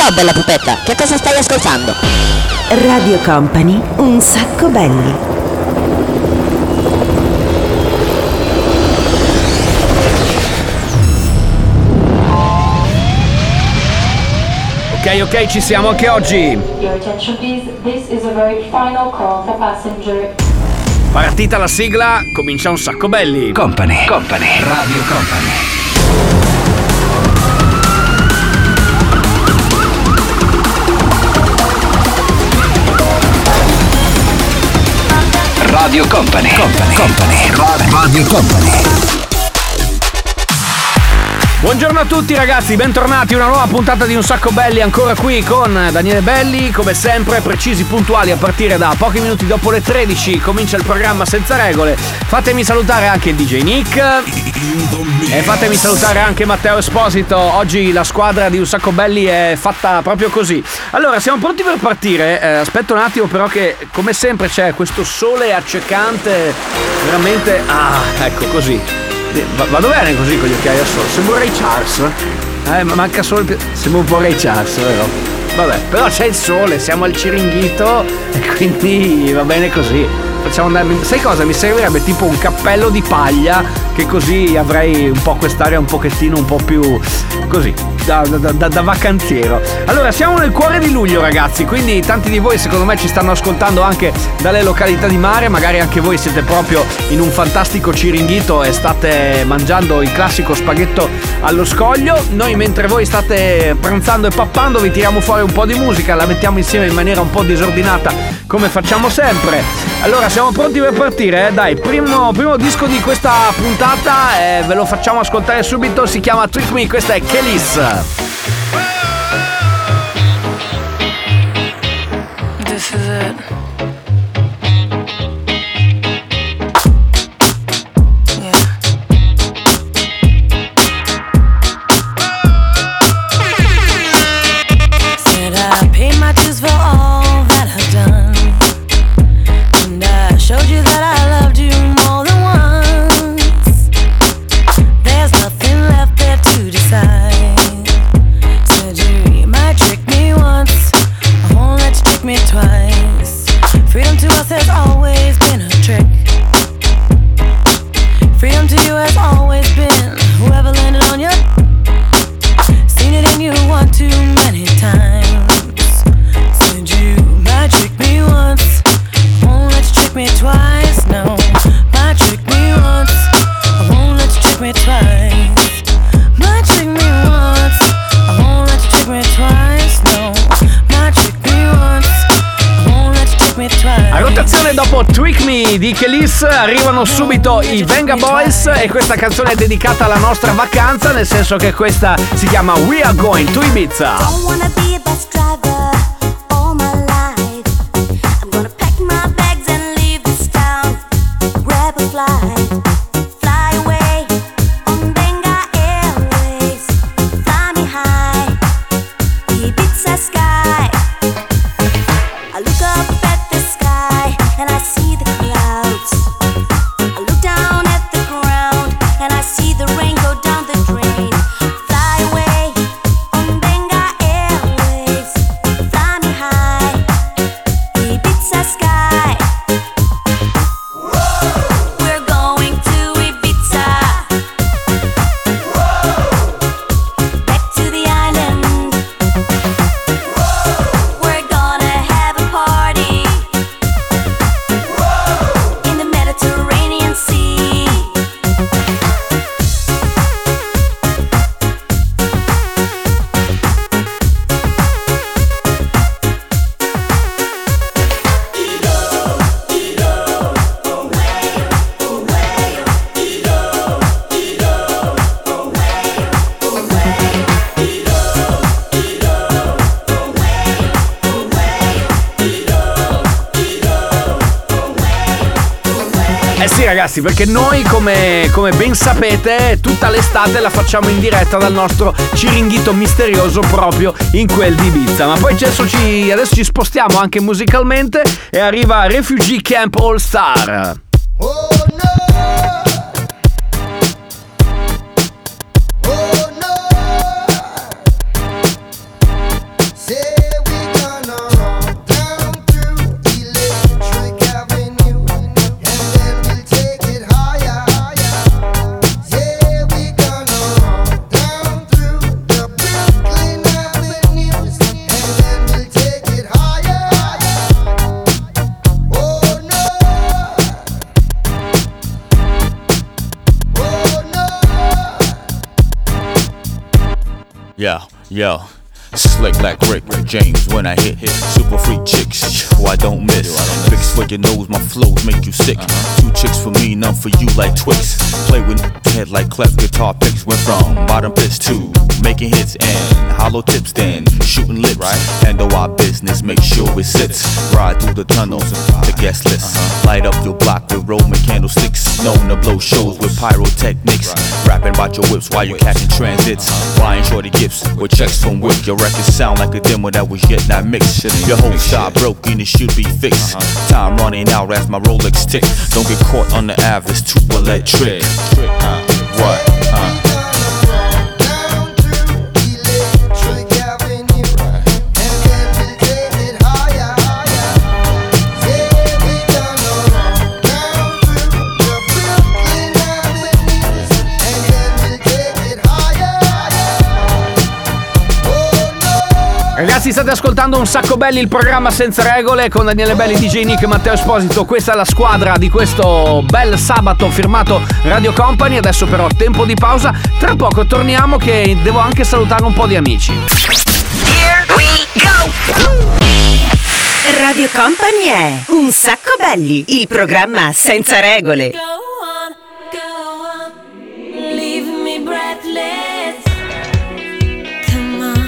Ciao bella pupetta, che cosa stai ascoltando? Radio Company, un sacco belli. Ok, ci siamo anche oggi. Your attention please, this is a very final call for passenger. Partita la sigla, comincia un sacco belli. Company, Radio Company. Radio Company. Radio Company. Buongiorno a tutti ragazzi, bentornati, una nuova puntata di Un Sacco Belli, ancora qui con Daniele Belli, come sempre precisi, puntuali, a partire da pochi minuti dopo le 13 comincia il programma Senza Regole. Fatemi salutare anche il DJ Nick e fatemi salutare anche Matteo Esposito. Oggi la squadra di Un Sacco Belli è fatta proprio così. Allora, siamo pronti per partire, aspetta un attimo però che come sempre c'è questo sole accecante, veramente, ecco così. Vado bene così con gli occhiali da sole. Sembra Ray Charles. Manca solo sembra un po' Ray Charles, vero? Vabbè, però c'è il sole, siamo al Ciringhito e quindi va bene così. Facciamo andare. Sai cosa? Mi servirebbe tipo un cappello di paglia, che così avrei un po' quest'aria un pochettino un po' più così da vacanziero. Allora, siamo nel cuore di luglio ragazzi, quindi tanti di voi secondo me ci stanno ascoltando anche dalle località di mare. Magari anche voi siete proprio in un fantastico Ciringhito e state mangiando il classico spaghetto allo scoglio. Noi mentre voi state pranzando e pappando vi tiriamo fuori un po' di musica, la mettiamo insieme in maniera un po' disordinata come facciamo sempre. Allora, siamo pronti per partire? Dai, primo disco di questa puntata, ve lo facciamo ascoltare subito, si chiama Trick Me, questa è Kelis. This is it. Di Kelis arrivano subito i Venga Boys e questa canzone è dedicata alla nostra vacanza, nel senso che questa si chiama We Are Going to Ibiza. Sì ragazzi, perché noi come ben sapete tutta l'estate la facciamo in diretta dal nostro Ciringhito misterioso proprio in quel di Ibiza. Ma poi adesso ci spostiamo anche musicalmente e arriva Refugee Camp All Star. Oh no! Oh no! Yo. Slick like Rick James when I hit. Super freak chicks, I don't miss. Fix for your nose, my flows make you sick. 2 chicks for me, none for you like Twix. Play with head like clef guitar picks. Went from bottom pitch to making hits and hollow tips, then shooting lips. Handle our business, make sure it sits. Ride through the tunnels, the guest list. Light up your block with Roman candlesticks. Known to blow shows with pyrotechnics. Rapping about your whips while you're catching transits. Buying shorty gifts with checks from Wick. Your records sound like a demo that was yet not mixed. Your whole style broken, it should be fixed. Time running out as my Rolex tick. Don't get caught on the average, too electric. What? Ragazzi, state ascoltando Un Sacco Belli, il programma senza regole con Daniele Belli, DJ Nick, Matteo Esposito. Questa è la squadra di questo bel sabato firmato Radio Company. Adesso però tempo di pausa. Tra poco torniamo che devo anche salutare un po' di amici. Here we go! Radio Company è Un Sacco Belli, il programma senza regole. Go on, leave me breathless. Come on.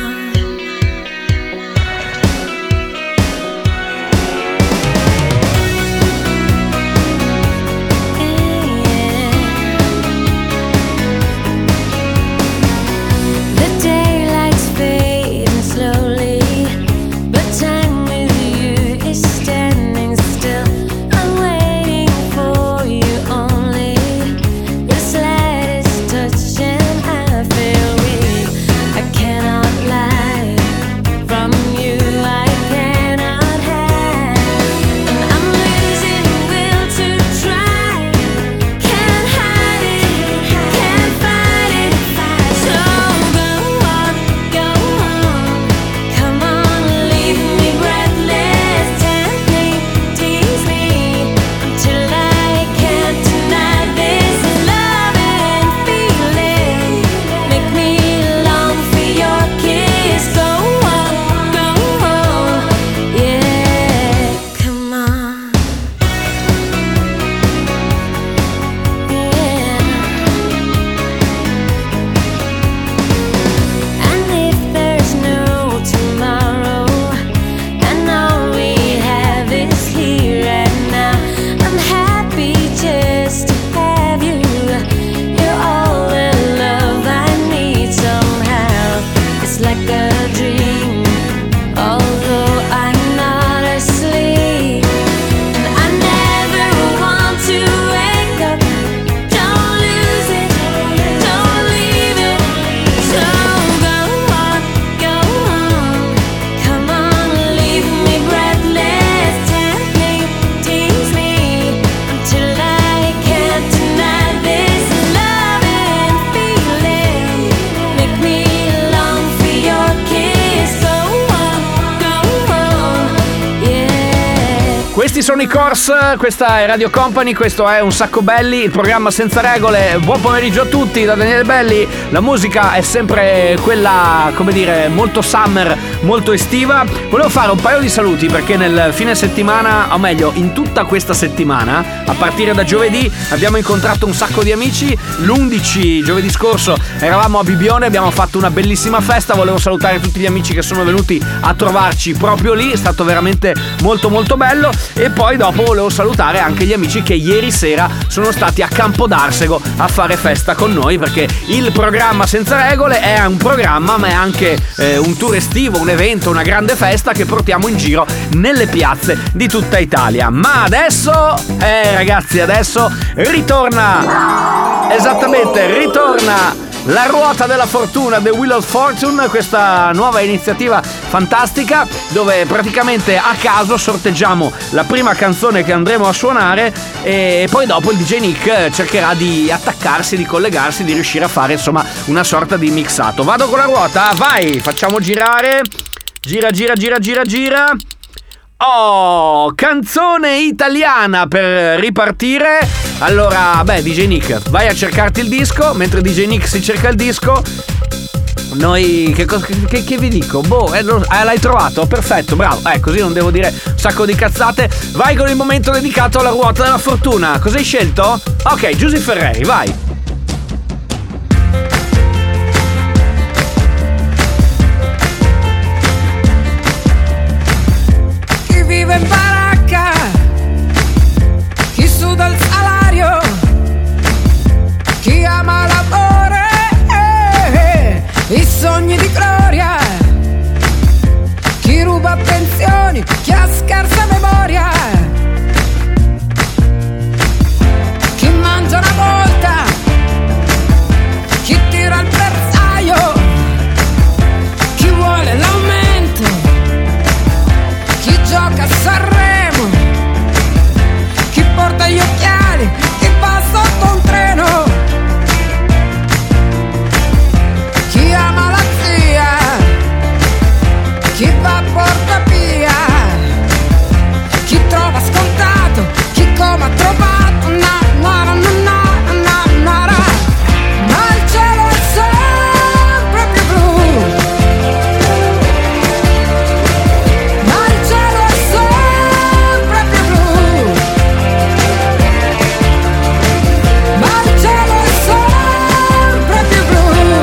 The daylight's fading slowly, but time with you is standing still. I'm waiting for you only. Your slightest touch and I feel weak. I cannot lie from you, I cannot hide. And I'm losing will to try. Can't hide it, can't fight it. So go on, come on, leave me breathless. Tempt me, tease me, until I can't deny this love and feeling. Make me long for your kiss. Go on, yeah, come on, yeah. And if there's no tomorrow, and all we have is here and now, I'm happy just to have you. You're all the love I need somehow. It's like a dream, although I'm not asleep. And I never want to wake up. Don't lose it, don't leave it. So go on, come on, leave me breathless. Tempt me, tease me, until I can't deny this love and feeling. Make me long for your kiss. Go on, yeah. Questi sono i Course, questa è Radio Company, questo è Un Sacco Belli, il programma senza regole. Buon pomeriggio a tutti da Daniele Belli. La musica è sempre quella, come dire, molto summer, molto estiva. Volevo fare un paio di saluti perché nel fine settimana, o meglio in tutta questa settimana, a partire da giovedì, abbiamo incontrato un sacco di amici. L'11 giovedì scorso eravamo a Bibione, abbiamo fatto una bellissima festa. Volevo salutare tutti gli amici che sono venuti a trovarci proprio lì, è stato veramente molto molto bello. E poi dopo volevo salutare anche gli amici che ieri sera sono stati a Campodarsego a fare festa con noi, perché il programma senza regole è un programma ma è anche un tour estivo, un evento, una grande festa che portiamo in giro nelle piazze di tutta Italia. Ma adesso, ragazzi, adesso ritorna la ruota della fortuna, The Wheel of Fortune, questa nuova iniziativa fantastica dove praticamente a caso sorteggiamo la prima canzone che andremo a suonare e poi dopo il DJ Nick cercherà di attaccarsi, di collegarsi, di riuscire a fare insomma una sorta di mixato. Vado con la ruota, vai, facciamo girare, gira. Oh, canzone italiana per ripartire. Allora, DJ Nick, vai a cercarti il disco. Mentre DJ Nick si cerca il disco, Noi che vi dico? L'hai trovato? Perfetto, bravo. Così non devo dire un sacco di cazzate. Vai con il momento dedicato alla ruota della fortuna. Cosa hai scelto? Ok, Giuseppe Ferreri, vai. Chi vive in baracca, chi suda il salario, chi ama l'amore, i sogni di gloria, chi ruba pensioni, chi ha scarsa memoria, chi mangia una volta, chi tira il bersaglio, chi vuole l'aumento, chi gioca a Sanremo, chi porta gli occhiali, chi va sotto un treno, chi ama la zia, chi va a Porta Pia, chi trova scontato, chi come ha trovato, ma il cielo è sempre più blu, ma il cielo è sempre più blu, ma il cielo è sempre più blu.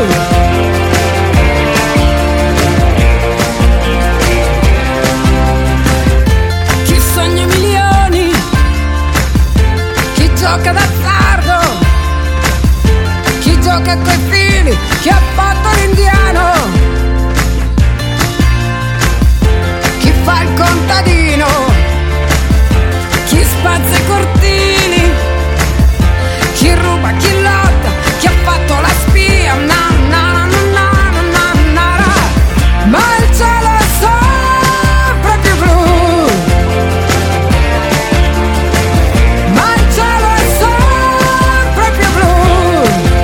Chi sogna milioni, chi gioca d'azzardo, chi gioca coi fili, chi ha fatto l'indiano, chi fa il contadino, chi spazza i cortili, chi ruba, chi lotta, chi ha fatto la spia, ma il cielo è sempre più blu, ma il cielo è sempre più blu,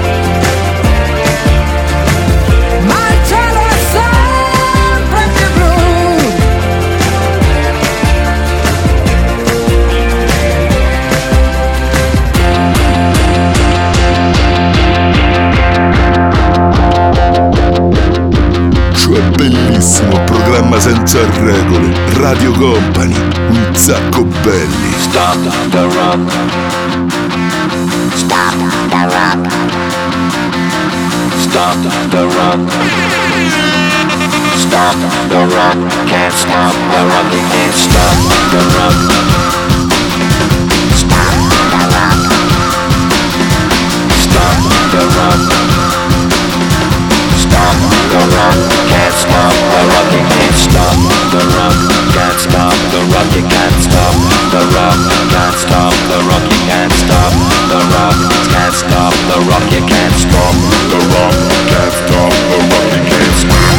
ma il cielo è sempre più blu. Cioè bellissimo, programma senza regole, Radio Company, un sacco belli. Stop the rock. Stop the rock. Stop the rock. Stop the rock. Can't stop the rock. You can't stop the rock. Stop the rock. Stop the rock. Stop the rock. Can't stop the rock. You can't stop the rock. Can't stop the rock. You can't stop the rock. Can't stop the rock. You can't stop the rock. Can't stop the rock. You can't stop the rock. Can't stop the rock. You can't stop.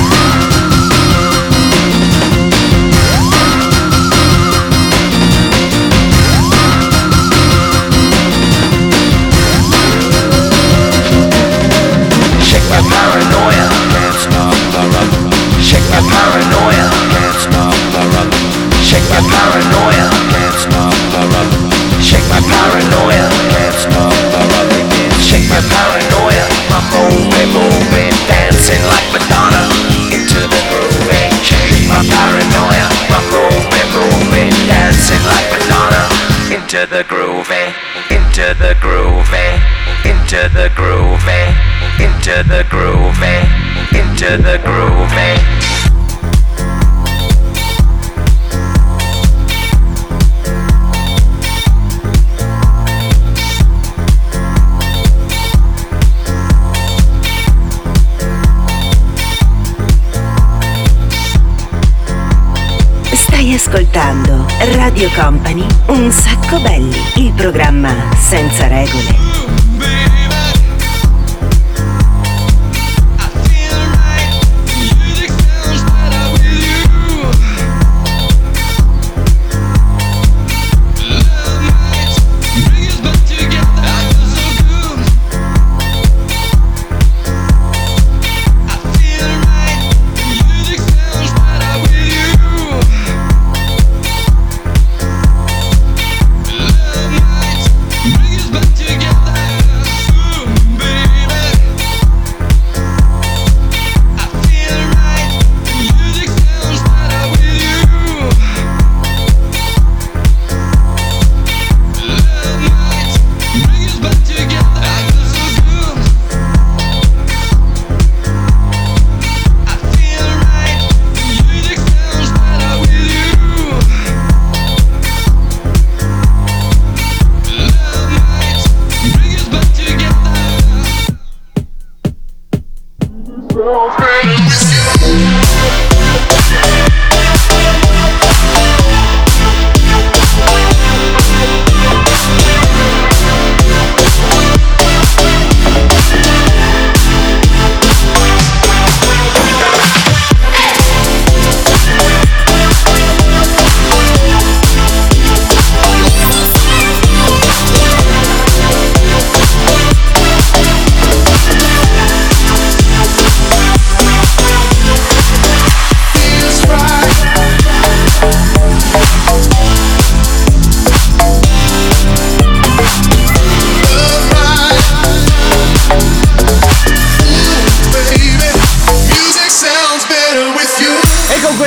Shake my paranoia. Can't stop the rock. Shake my paranoia. Can't stop the rock. Shake my paranoia. Can't stop the rock. Shake my paranoia. Can't stop the rock. Shake my paranoia. I'm moving, dancing like Madonna into the groove. Shake my paranoia. I'm moving, dancing like Madonna into the groove, into the groove, into the groove, into the groove, into the groove. Stai ascoltando Radio Company, un sacco belli, il programma senza regole. Together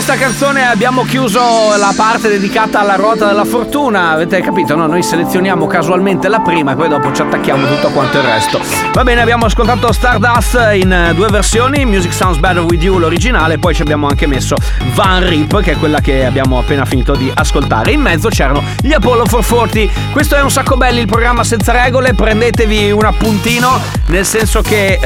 questa canzone abbiamo chiuso la parte dedicata alla ruota della fortuna. Avete capito, no? Noi selezioniamo casualmente la prima e poi dopo ci attacchiamo tutto quanto il resto. Va bene, abbiamo ascoltato Stardust in due versioni, Music Sounds Better With You l'originale, poi ci abbiamo anche messo Van Rip, che è quella che abbiamo appena finito di ascoltare. In mezzo c'erano gli Apollo 440. Questo è Un Sacco Belli, il programma senza regole. Prendetevi un appuntino, nel senso che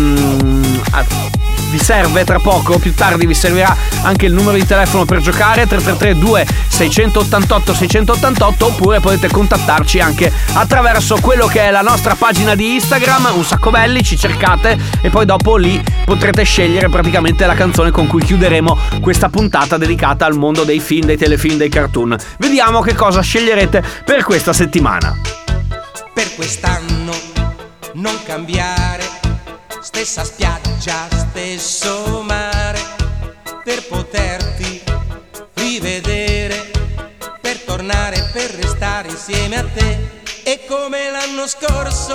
vi serve tra poco, più tardi vi servirà anche il numero di telefono per giocare, 333 2688 688, oppure potete contattarci anche attraverso quello che è la nostra pagina di Instagram, Un Sacco Belli, ci cercate e poi dopo lì potrete scegliere praticamente la canzone con cui chiuderemo questa puntata dedicata al mondo dei film, dei telefilm, dei cartoon. Vediamo che cosa sceglierete per questa settimana. Per quest'anno non cambiare, stessa spiaggia, stesso mare, per poterti rivedere, per tornare, per restare insieme a te. E come l'anno scorso,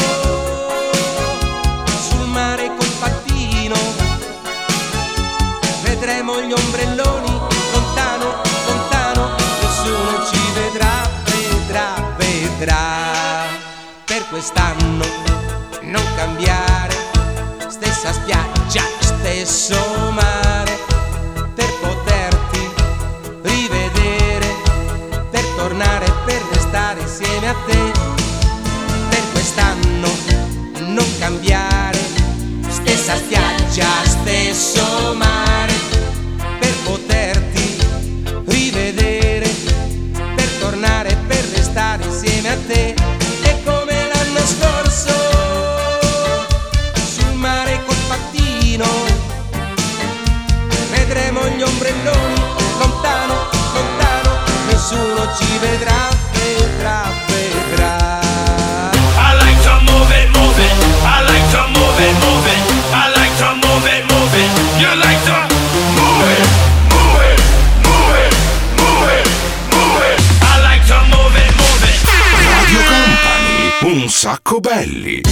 sul mare col pattino, vedremo gli ombrelloni, lontano, lontano, nessuno ci vedrà, vedrà, vedrà. Per quest'anno non cambiare, stessa spiaggia, stesso mare, per poterti rivedere, per tornare, per restare insieme a te. Per quest'anno non cambiare, stessa spiaggia, stesso mare, per poterti rivedere, per tornare, per restare insieme a te. E come l'anno scorso, vedremo gli ombrelloni, lontano, lontano, nessuno ci vedrà, vedrà, vedrà. I like to move it, move it. I like to move it, move it. I like to move it, move it. You like to move it, move it, move it, move it, move it. I like to move it, move it. Radio Company, Un Sacco Belli.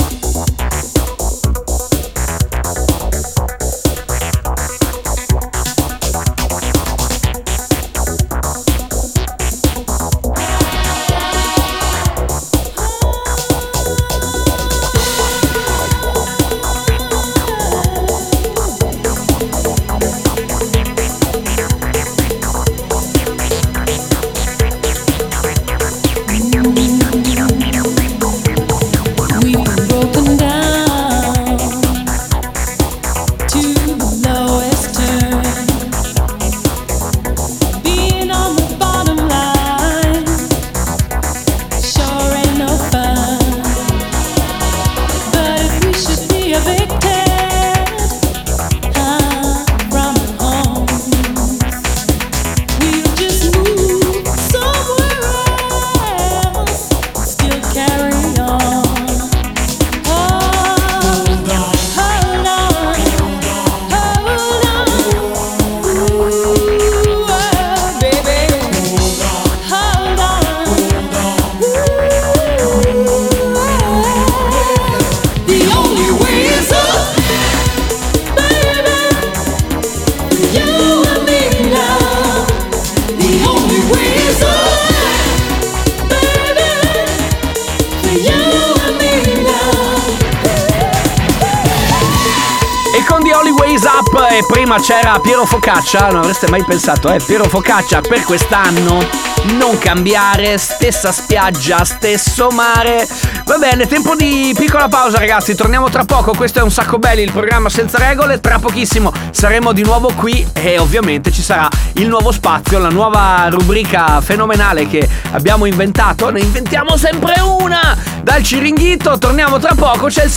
E prima c'era Piero Focaccia, non avreste mai pensato, Piero Focaccia, per quest'anno non cambiare, stessa spiaggia, stesso mare. Va bene, tempo di piccola pausa ragazzi, torniamo tra poco. Questo è Un Sacco Belli, il programma senza regole. Tra pochissimo saremo di nuovo qui e ovviamente ci sarà il nuovo spazio, la nuova rubrica fenomenale che abbiamo inventato. Ne inventiamo sempre una dal Ciringhito. Torniamo tra poco, c'è il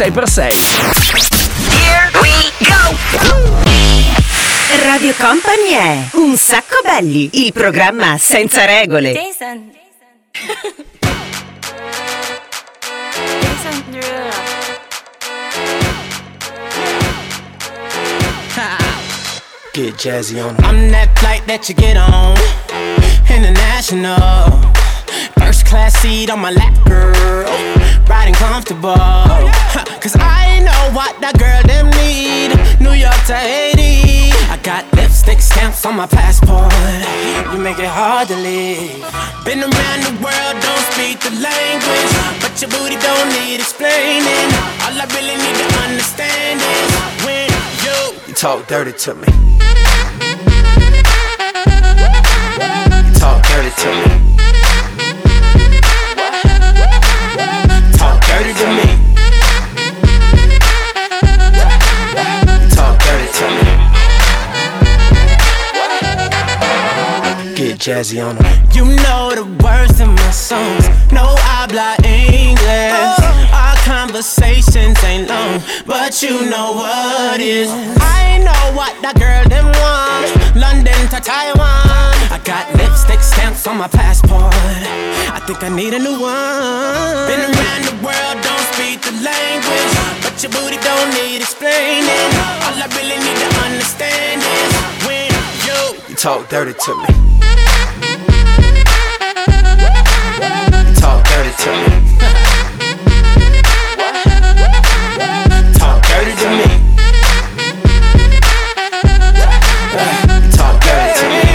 6x6. Here we go! Radio Company è Un Sacco Belli, il programma senza regole. Jason. Get jazzy on. I'm that flight that you get on, international. First class seat on my lap, girl. Riding comfortable. Cause I know what that girl them need. New York to Haiti. I got lips lipstick stamps on my passport. You make it hard to leave. Been around the world, don't speak the language, but your booty don't need explaining. All I really need to understand is when you talk dirty to me. You talk dirty to me. Talk dirty to me. You talk dirty to me. Get jazzy on them. You know the words in my songs. No habla English. Our conversations ain't long, but you know what is. I know what that girl them want. London to Taiwan. I got lipstick stamps on my passport. I think I need a new one. Been around the world, don't speak the language, but your booty don't need explaining. All I really need to understand is when you talk dirty to me. Talk dirty to me. Talk dirty to me. Talk dirty to me.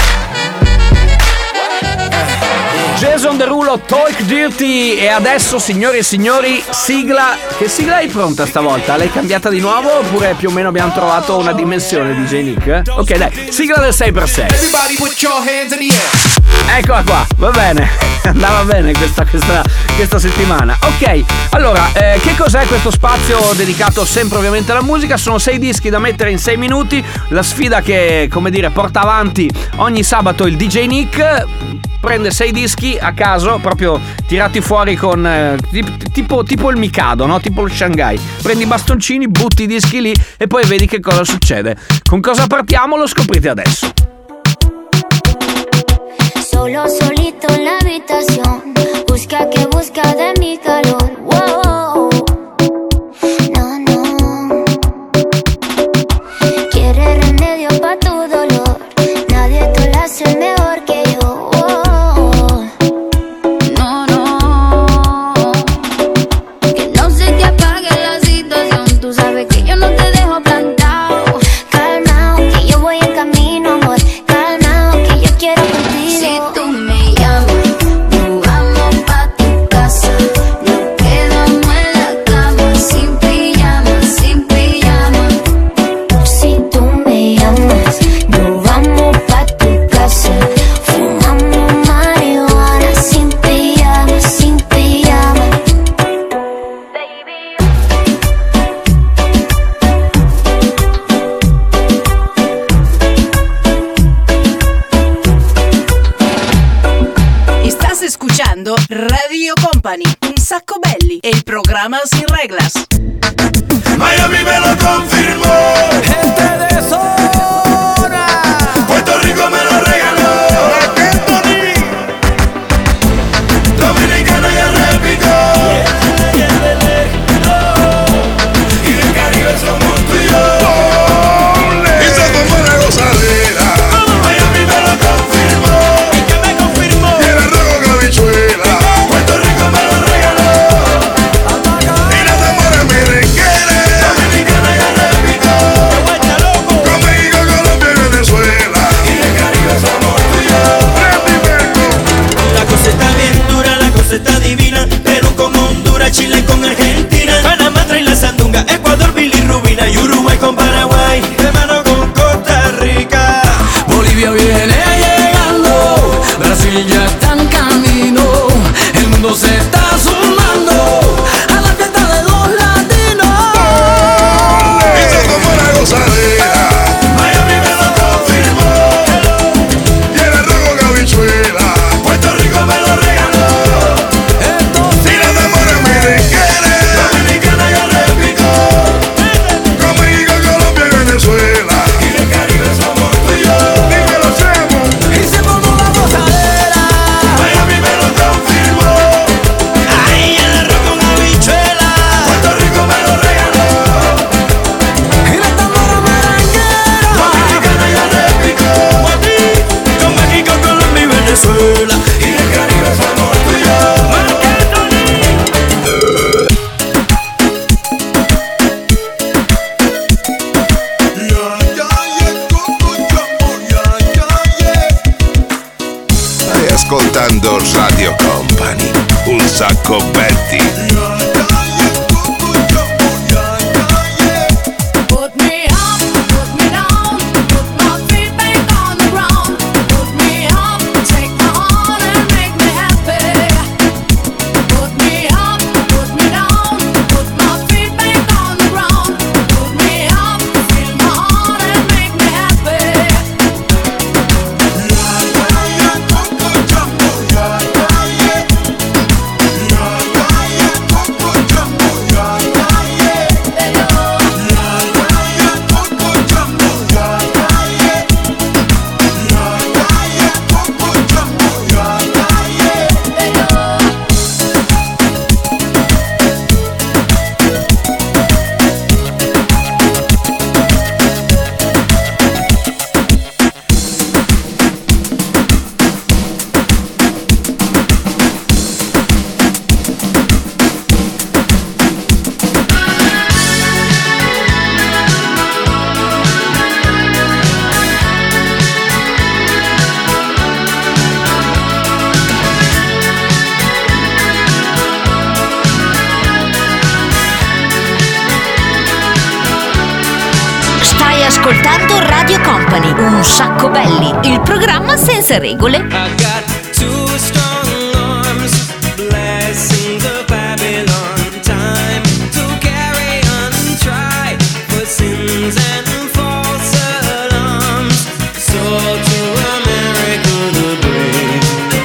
Jason Derulo, Talk Dirty. E adesso, signori e signori, sigla. Che sigla hai pronta stavolta? L'hai cambiata di nuovo oppure più o meno abbiamo trovato una dimensione di DJ Nick? Ok, dai, sigla del 6x6. Everybody put your hands in the air. Eccola qua, va bene. Andava bene questa settimana. Ok, allora, che cos'è questo spazio dedicato sempre ovviamente alla musica? Sono 6 dischi da mettere in 6 minuti. La sfida che, come dire, porta avanti ogni sabato il DJ Nick. Prende 6 dischi a caso, proprio tirati fuori con tipo il Mikado, no? Tipo il Shanghai. Prendi i bastoncini, butti i dischi lì e poi vedi che cosa succede. Con cosa partiamo lo scoprite adesso. Solo solito en la habitación, busca que busca de mi calor. Wow, no, no. Quiere remedio pa' tu dolor, nadie te lo hace mejor que yo. Wow. No, no. Que no se te apague la situación, tú sabes que yo no te dejo plantado. Calmao, que yo voy en camino, amor. Calmao, que yo quiero contigo. Si tú me llamas, nos vamos pa' tu casa. Nos quedamos en la cama, sin pijama, sin pijama. Si tú me llamas, nos vamos pa' tu casa. Fumamos marihuana, sin pijama, sin pijama. Estás escuchando Radio Company, Un Sacco Belli, el programa sin reglas. Miami me lo confirmó. Gente de zona. Puerto Rico me lo regaló. Dominicana ya repitió. Y del Caribe somos tú y yo. Y se tomó una gozadera. Miami me lo confirmó. ¿Y qué me confirmó? Y el arroz con habichuela. Puerto Rico me lo regaló. Y no te mueres, miren que eres. Dominicana ya repitió. Radio Company, un sacco belli. Put me up, put me down, put my feet back on the ground. Put me up, take my heart and make me happy. Put me up, put me down, put my feet back on the ground. Put me up, fill my heart and make me happy. Stai ascoltando Radio Company, un sacco belli, il programma senza regole. I got two strong arms, blessings of Babylon. Time to carry on and try for sins and false alarms. So to America the brave,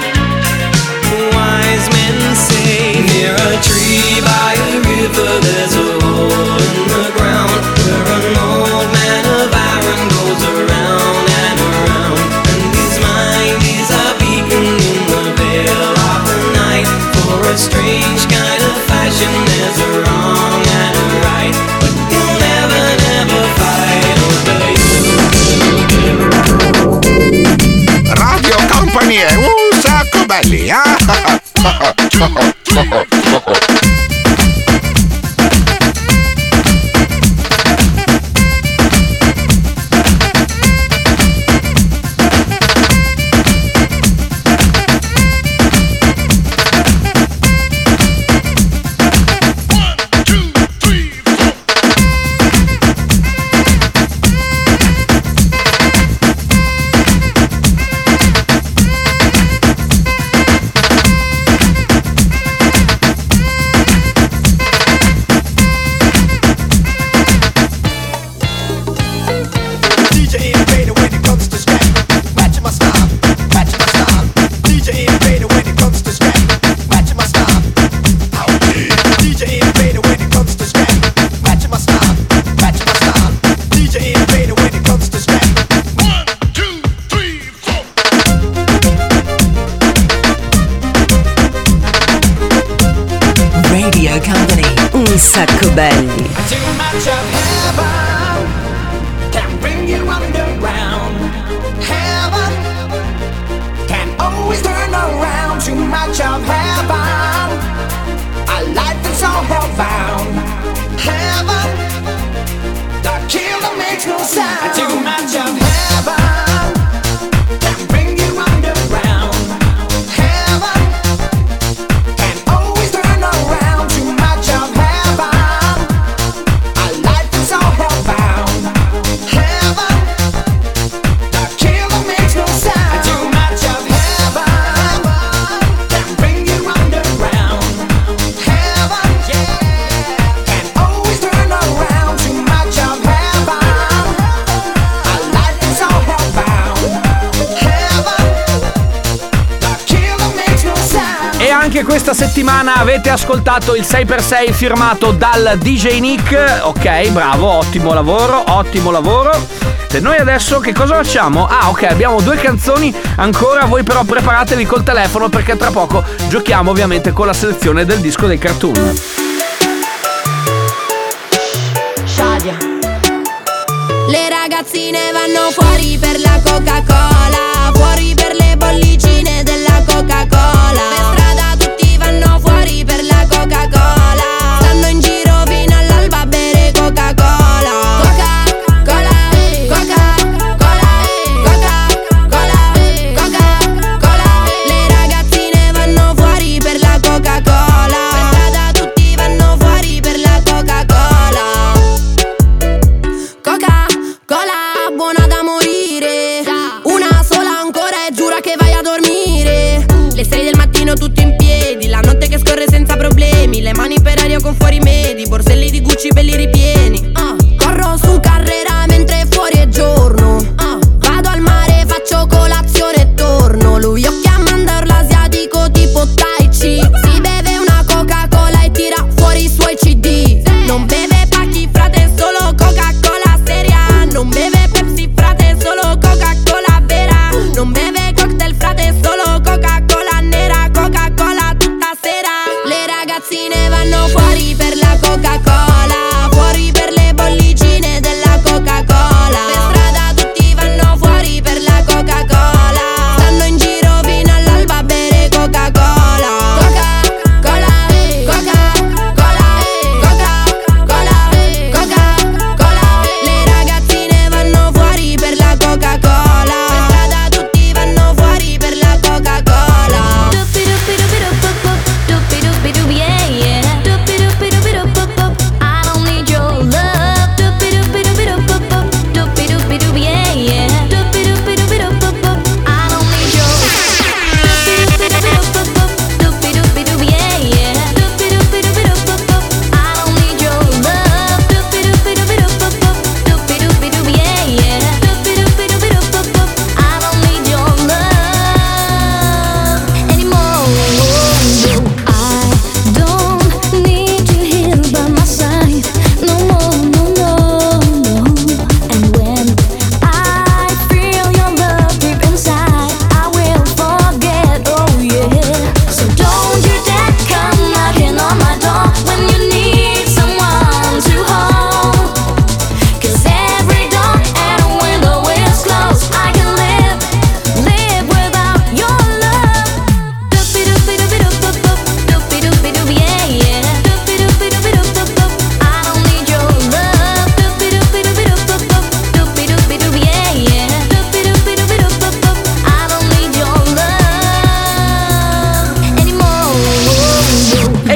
wise men say, near a tree by a river there's a hole in the ground where an old man of iron goes around and around. And his mind is a beacon in the veil of the night. For a strange kind of fashion there's a wrong and a right, but he'll never, never fight over you. Radio Company è un sacco belli. Radio Company, un sacco belli. Too much of heaven can bring you underground. Heaven can always turn around. Too much of heaven, a life that's all hellbound. Heaven, the killer makes no sound. Too much of heaven can bring you underground. Heaven can always turn around. Too much of heaven, a life that's all hellbound. Heaven, the killer makes no sound. Too much of heaven can bring you underground. Heaven, can always turn around. Too much of heaven, a life that's all hellbound. Heaven, the killer makes no sound. E anche questa settimana avete ascoltato il 6x6 firmato dal DJ Nick. Ok, bravo, ottimo lavoro, ottimo lavoro. E noi adesso che cosa facciamo? Ah, ok, abbiamo due canzoni ancora. Voi però preparatevi col telefono perché tra poco giochiamo ovviamente con la selezione del disco dei cartoon. Shadia. Le ragazzine vanno fuori per la Coca-Cola, fuori per le bollicine della Coca-Cola. Per strada tutti vanno fuori per la Coca-Cola, stanno in giro fino all'alba a bere Coca-Cola. Coca-Cola, Coca-Cola, Coca-Cola, Coca-Cola. Le ragazzine vanno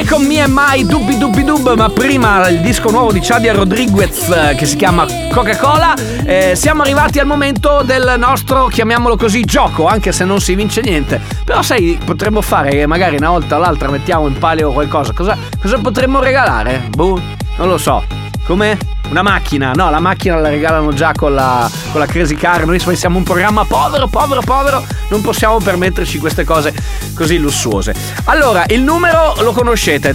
con Me and My Dubbi Dubbi Dub, ma prima il disco nuovo di Chadia Rodriguez che si chiama Coca-Cola. Siamo arrivati al momento del nostro, chiamiamolo così, gioco, anche se non si vince niente. Però sai, potremmo fare che magari una volta o l'altra mettiamo in palio qualcosa. Cosa potremmo regalare? Boh, non lo so. Come? Una macchina? No, la macchina la regalano già con la Crazy Car. Noi siamo un programma povero, non possiamo permetterci queste cose così lussuose. Allora, il numero lo conoscete,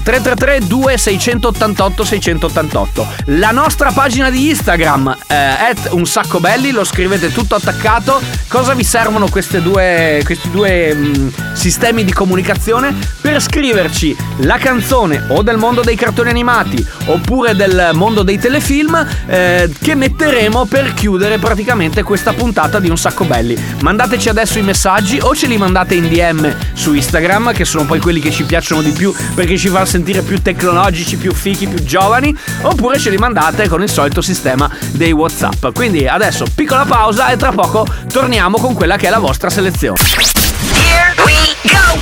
333-2688-688. La nostra pagina di Instagram @unsaccobelli, lo scrivete tutto attaccato. Cosa vi servono questi due sistemi di comunicazione? Per scriverci la canzone o del mondo dei cartoni animati oppure del mondo dei telefilm che metteremo per chiudere praticamente questa puntata di Un Sacco Belli. Mandateci adesso i messaggi o ce li mandate in DM su Instagram, che sono poi quelli che ci piacciono di più perché ci fanno sentire più tecnologici, più fichi, più giovani, oppure ce li mandate con il solito sistema dei WhatsApp. Quindi adesso piccola pausa e tra poco torniamo con quella che è la vostra selezione. Here we go!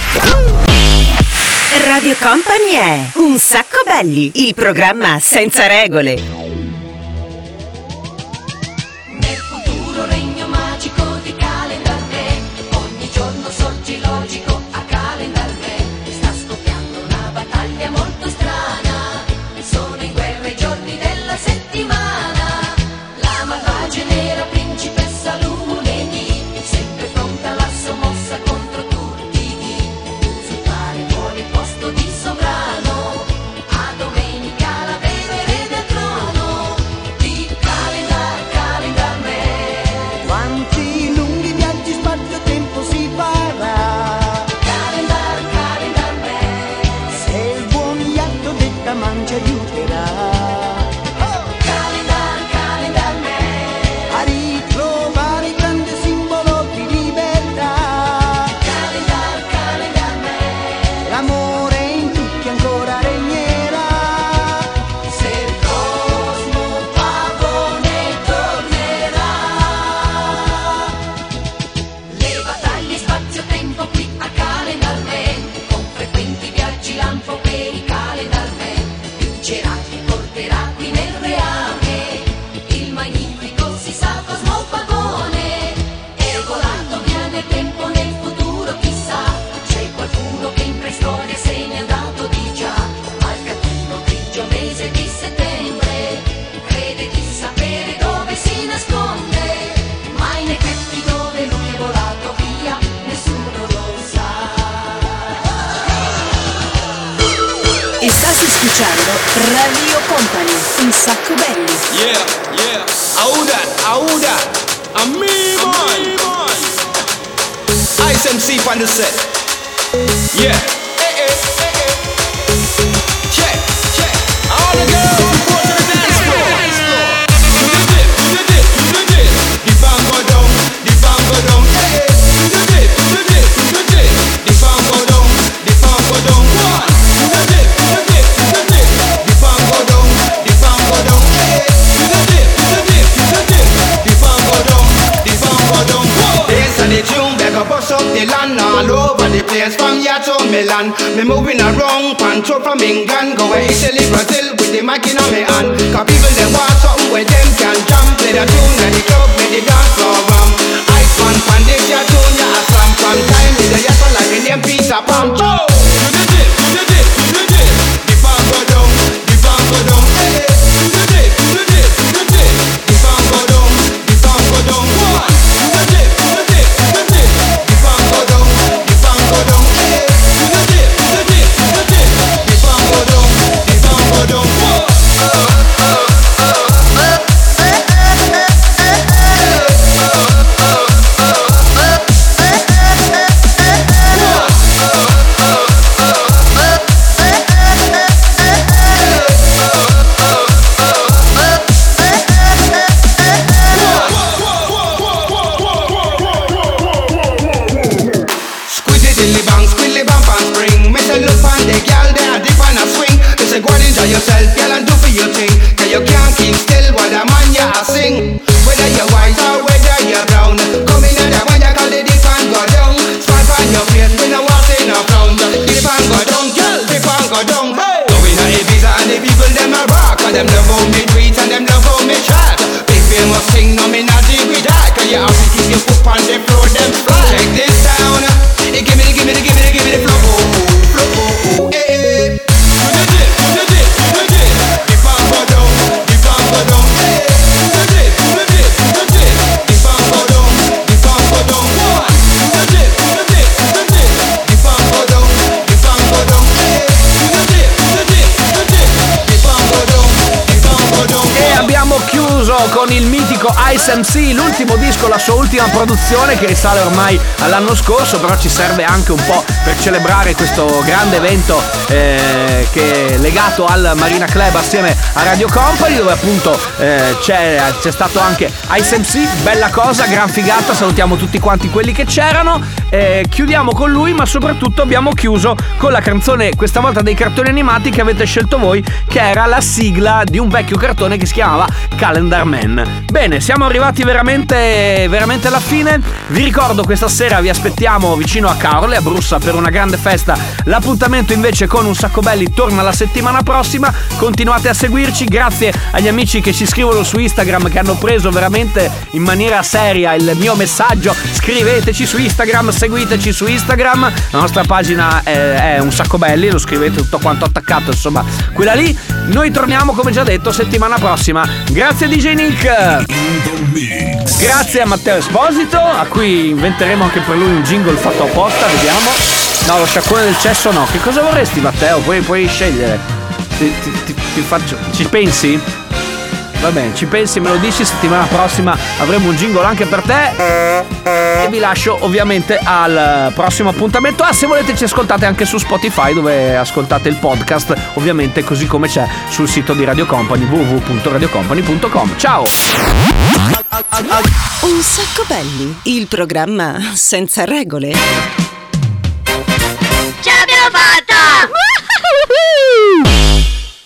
Radio Company è Un Sacco Belli, il programma senza regole. Nel futuro regno magico di Calendar Man, ogni giorno sorge logico a Calendar Man. Sta scoppiando una battaglia molto strana, sono in guerra i giorni della settimana. La malvagia nera principessa lunedì, sempre pronta alla sua mossa contro tutti. Usurpare vuole il posto di sovrano, a domenica la bevere del trono di Calendar Man. Quanti lunghi viaggi spazio-tempo si farà? Calendar Man. Se il buon gatto detta mancia aiuterà Calendar Man. a ritrovare il grande simbolo di libertà. Calendar Man. L'amore in tutti ancora regnerà. Se il Cosmo Pavone tornerà. Le battaglie spazio-tempo qui a Calendar Man, con frequenti viaggi lampo per i Calendar Man. Vincerà chi porterà qui nel reame il magnifico si sa Cosmo Pavone. E volando via nel tempo nel futuro chissà, c'è qualcuno che in preistoria se n'è andato di già. Al cattivo grigio mese di settembre crede di sapere dove si nasconde, ma in effetti dove lui è volato via nessuno lo sa. Estás escuchando Radio Company, Un Sacco Belli. Yeah. Auda. A me, man. Ice MC on the set. Yeah. Check. All the girls report to the dance floor. Do the dip. The bang go down. Yeah. Do the dip. The bang go down. One. Do the dip. The bang go down. Yeah. Do the dip. The bang go down. One. This and the tune, back up us up the land all over the place from here to Milan. Me moving around, control from England, go away Italy, Brazil with the mic in my hand. Cause people they want something where them can jump, play the tune at the club, with the dance floor ram. Ice man, pandit your tune, ya a slam from time with the yasso like the name Peter Pan. Do the dip. The bang go down. Yeah. Do the dip. The bang go down. One. Do the dip. The bang go down. Yeah. Do the dip. The bang go down. One. con il mitico Ice MC, l'ultimo disco, la sua ultima produzione che risale ormai all'anno scorso, però ci serve anche un po' per celebrare questo grande evento che è legato al Marina Club assieme a Radio Company, dove appunto c'è stato anche Ice MC, bella cosa, gran figata, salutiamo tutti quanti quelli che c'erano. Chiudiamo con lui, ma soprattutto abbiamo chiuso con la canzone, questa volta dei cartoni animati che avete scelto voi, che era la sigla di un vecchio cartone che si chiamava Calendar Man. Bene, siamo arrivati veramente alla fine. Vi ricordo, questa sera vi aspettiamo vicino a Caorle, a Brussa, per una grande festa. L'appuntamento invece con Un Sacco Belli torna la settimana prossima. Continuate a seguirci, grazie agli amici che ci scrivono su Instagram, che hanno preso veramente in maniera seria il mio messaggio. Scriveteci su Instagram, seguiteci su Instagram, la nostra pagina è Un Sacco Belli, lo scrivete tutto quanto attaccato, insomma quella lì. Noi torniamo, come già detto, settimana prossima. Grazie DJ Nick, grazie a Matteo Esposito, a cui inventeremo anche per lui un jingle fatto apposta. Vediamo. No, lo sciacquone del cesso no. Che cosa vorresti, Matteo? Puoi scegliere. Ti faccio. Ci pensi? Va bene, ci pensi, me lo dici, settimana prossima avremo un jingle anche per te. E vi lascio ovviamente al prossimo appuntamento. Se volete ci ascoltate anche su Spotify, dove ascoltate il podcast, ovviamente, così come c'è sul sito di Radio Company, www.radiocompany.com. Ciao. Un Sacco Belli, il programma senza regole.